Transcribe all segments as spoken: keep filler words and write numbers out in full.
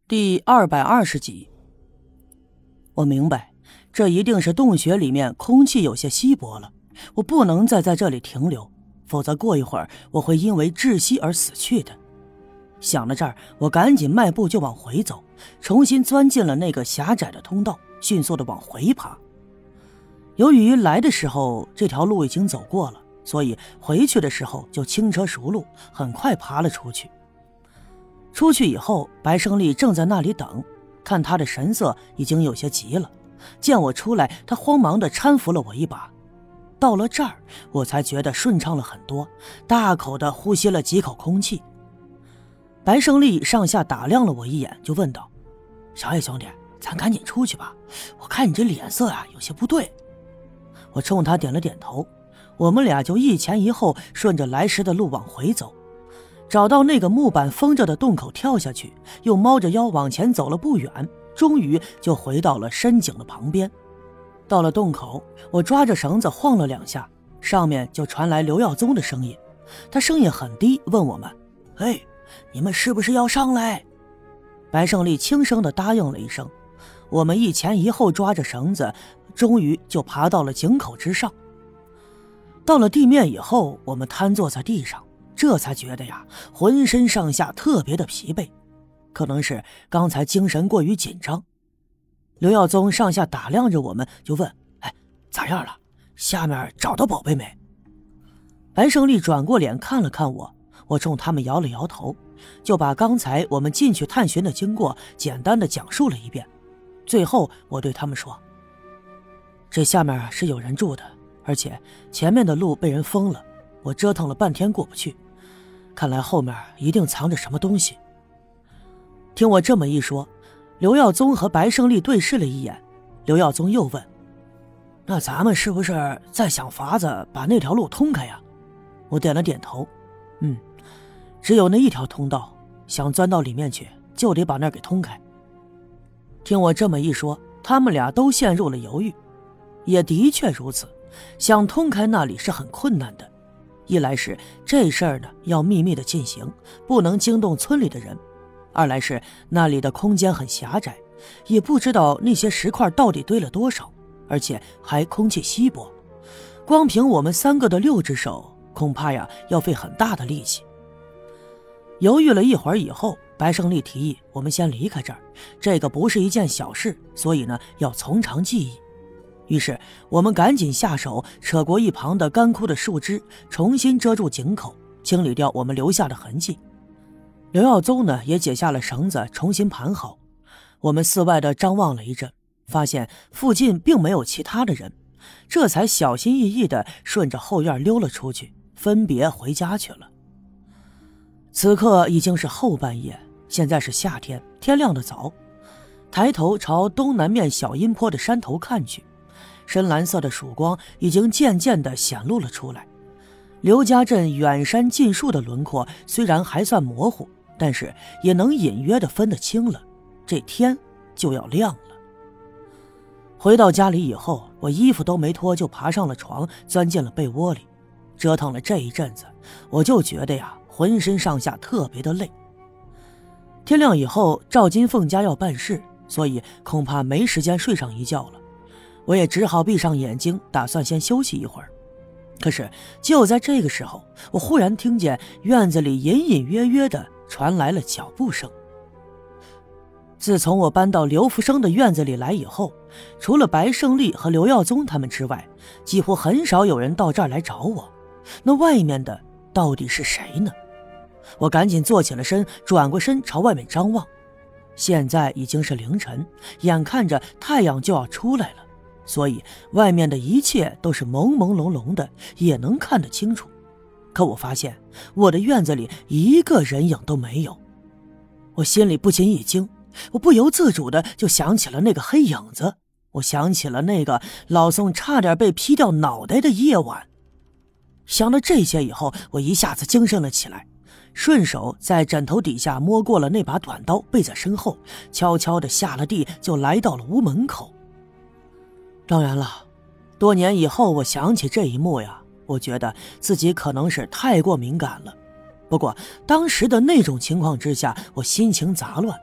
第二百二十集。我明白，这一定是洞穴里面空气有些稀薄了，我不能再在这里停留，否则过一会儿我会因为窒息而死去的。想到这儿，我赶紧迈步就往回走，重新钻进了那个狭窄的通道，迅速的往回爬。由于来的时候这条路已经走过了，所以回去的时候就轻车熟路，很快爬了出去。出去以后，白胜利正在那里等，看他的神色已经有些急了，见我出来，他慌忙地搀扶了我一把。到了这儿，我才觉得顺畅了很多，大口地呼吸了几口空气。白胜利上下打量了我一眼，就问道：小野兄弟，咱赶紧出去吧，我看你这脸色啊有些不对。我冲他点了点头，我们俩就一前一后顺着来时的路往回走，找到那个木板封着的洞口跳下去，又猫着腰往前走了不远，终于就回到了深井的旁边。到了洞口，我抓着绳子晃了两下，上面就传来刘耀宗的声音，他声音很低，问我们：嘿，你们是不是要上来？白胜利轻声地答应了一声，我们一前一后抓着绳子，终于就爬到了井口之上。到了地面以后，我们瘫坐在地上，这才觉得呀，浑身上下特别的疲惫，可能是刚才精神过于紧张。刘耀宗上下打量着我们，就问：哎，咋样了？下面找到宝贝没？白胜利转过脸看了看我，我冲他们摇了摇头，就把刚才我们进去探寻的经过简单的讲述了一遍。最后我对他们说：这下面是有人住的，而且前面的路被人封了，我折腾了半天过不去，看来后面一定藏着什么东西。听我这么一说，刘耀宗和白胜利对视了一眼，刘耀宗又问：那咱们是不是再想法子把那条路通开呀？我点了点头，嗯，只有那一条通道，想钻到里面去就得把那给通开。听我这么一说，他们俩都陷入了犹豫。也的确如此，想通开那里是很困难的，一来是这事儿呢要秘密的进行，不能惊动村里的人，二来是那里的空间很狭窄，也不知道那些石块到底堆了多少，而且还空气稀薄，光凭我们三个的六只手，恐怕呀要费很大的力气。犹豫了一会儿以后，白胜利提议我们先离开这儿，这个不是一件小事，所以呢要从长计议。于是我们赶紧下手，扯过一旁的干枯的树枝，重新遮住井口，清理掉我们留下的痕迹。刘耀宗呢也解下了绳子，重新盘好。我们四外的张望了一阵，发现附近并没有其他的人，这才小心翼翼地顺着后院溜了出去，分别回家去了。此刻已经是后半夜，现在是夏天，天亮得早。抬头朝东南面小阴坡的山头看去，深蓝色的曙光已经渐渐地显露了出来。刘家镇远山近树的轮廓虽然还算模糊，但是也能隐约地分得清了，这天就要亮了。回到家里以后，我衣服都没脱就爬上了床，钻进了被窝里。折腾了这一阵子，我就觉得呀，浑身上下特别的累。天亮以后，赵金凤家要办事，所以恐怕没时间睡上一觉了。我也只好闭上眼睛，打算先休息一会儿。可是就在这个时候，我忽然听见院子里隐隐约约的传来了脚步声。自从我搬到刘福生的院子里来以后，除了白胜利和刘耀宗他们之外，几乎很少有人到这儿来找我。那外面的到底是谁呢？我赶紧坐起了身，转过身朝外面张望。现在已经是凌晨，眼看着太阳就要出来了，所以外面的一切都是朦朦胧胧的，也能看得清楚。可我发现我的院子里一个人影都没有。我心里不禁一惊，我不由自主的就想起了那个黑影子，我想起了那个老宋差点被劈掉脑袋的夜晚。想到这些以后，我一下子精神了起来，顺手在枕头底下摸过了那把短刀，背在身后，悄悄地下了地，就来到了屋门口。当然了，多年以后我想起这一幕呀，我觉得自己可能是太过敏感了。不过当时的那种情况之下，我心情杂乱，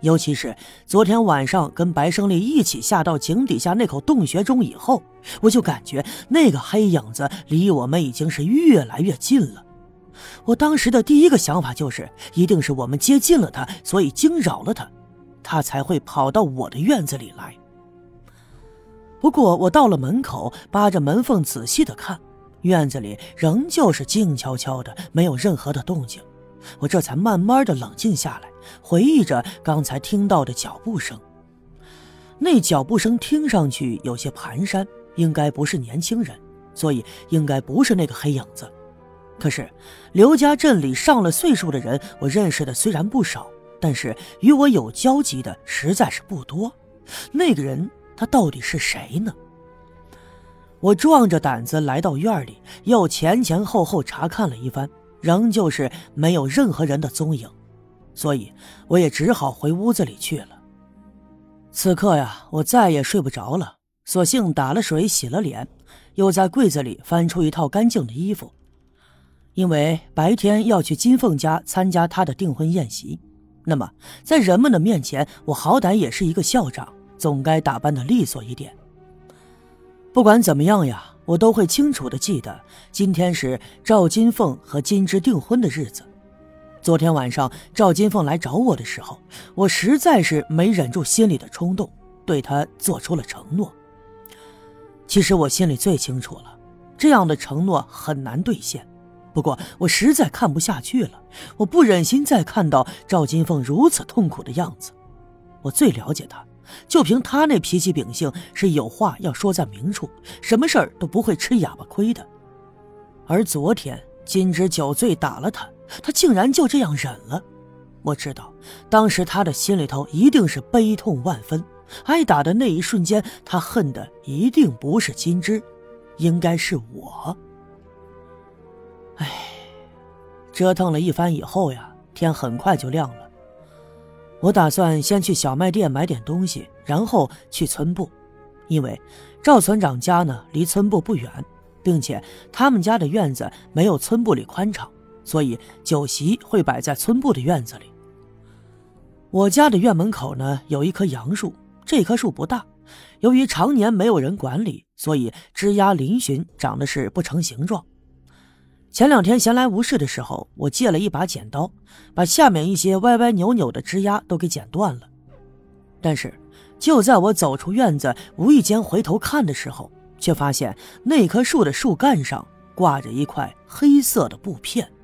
尤其是昨天晚上跟白胜利一起下到井底下那口洞穴中以后，我就感觉那个黑影子离我们已经是越来越近了。我当时的第一个想法就是，一定是我们接近了他，所以惊扰了他，他才会跑到我的院子里来。不过我到了门口，扒着门缝仔细的看，院子里仍旧是静悄悄的，没有任何的动静。我这才慢慢的冷静下来，回忆着刚才听到的脚步声。那脚步声听上去有些蹒跚，应该不是年轻人，所以应该不是那个黑影子。可是刘家镇里上了岁数的人，我认识的虽然不少，但是与我有交集的实在是不多。那个人他到底是谁呢？我壮着胆子来到院里，又前前后后查看了一番，仍旧是没有任何人的踪影，所以我也只好回屋子里去了。此刻呀，我再也睡不着了，索性打了水洗了脸，又在柜子里翻出一套干净的衣服。因为白天要去金凤家参加她的订婚宴席，那么在人们的面前，我好歹也是一个校长，总该打扮得利索一点。不管怎么样呀，我都会清楚地记得今天是赵金凤和金枝订婚的日子。昨天晚上赵金凤来找我的时候，我实在是没忍住心里的冲动，对她做出了承诺。其实我心里最清楚了，这样的承诺很难兑现，不过我实在看不下去了，我不忍心再看到赵金凤如此痛苦的样子。我最了解她，就凭她那脾气秉性，是有话要说在明处，什么事儿都不会吃哑巴亏的。而昨天金枝酒醉打了她，她竟然就这样忍了。我知道当时她的心里头一定是悲痛万分，挨打的那一瞬间，她恨的一定不是金枝，应该是我。唉，折腾了一番以后呀，天很快就亮了。我打算先去小卖店买点东西，然后去村部，因为赵村长家呢离村部不远，并且他们家的院子没有村部里宽敞，所以酒席会摆在村部的院子里。我家的院门口呢有一棵杨树，这棵树不大，由于常年没有人管理，所以枝桠嶙峋，长得是不成形状。前两天闲来无事的时候，我借了一把剪刀，把下面一些歪歪扭扭的枝桠都给剪断了。但是就在我走出院子，无意间回头看的时候，却发现那棵树的树干上挂着一块黑色的布片。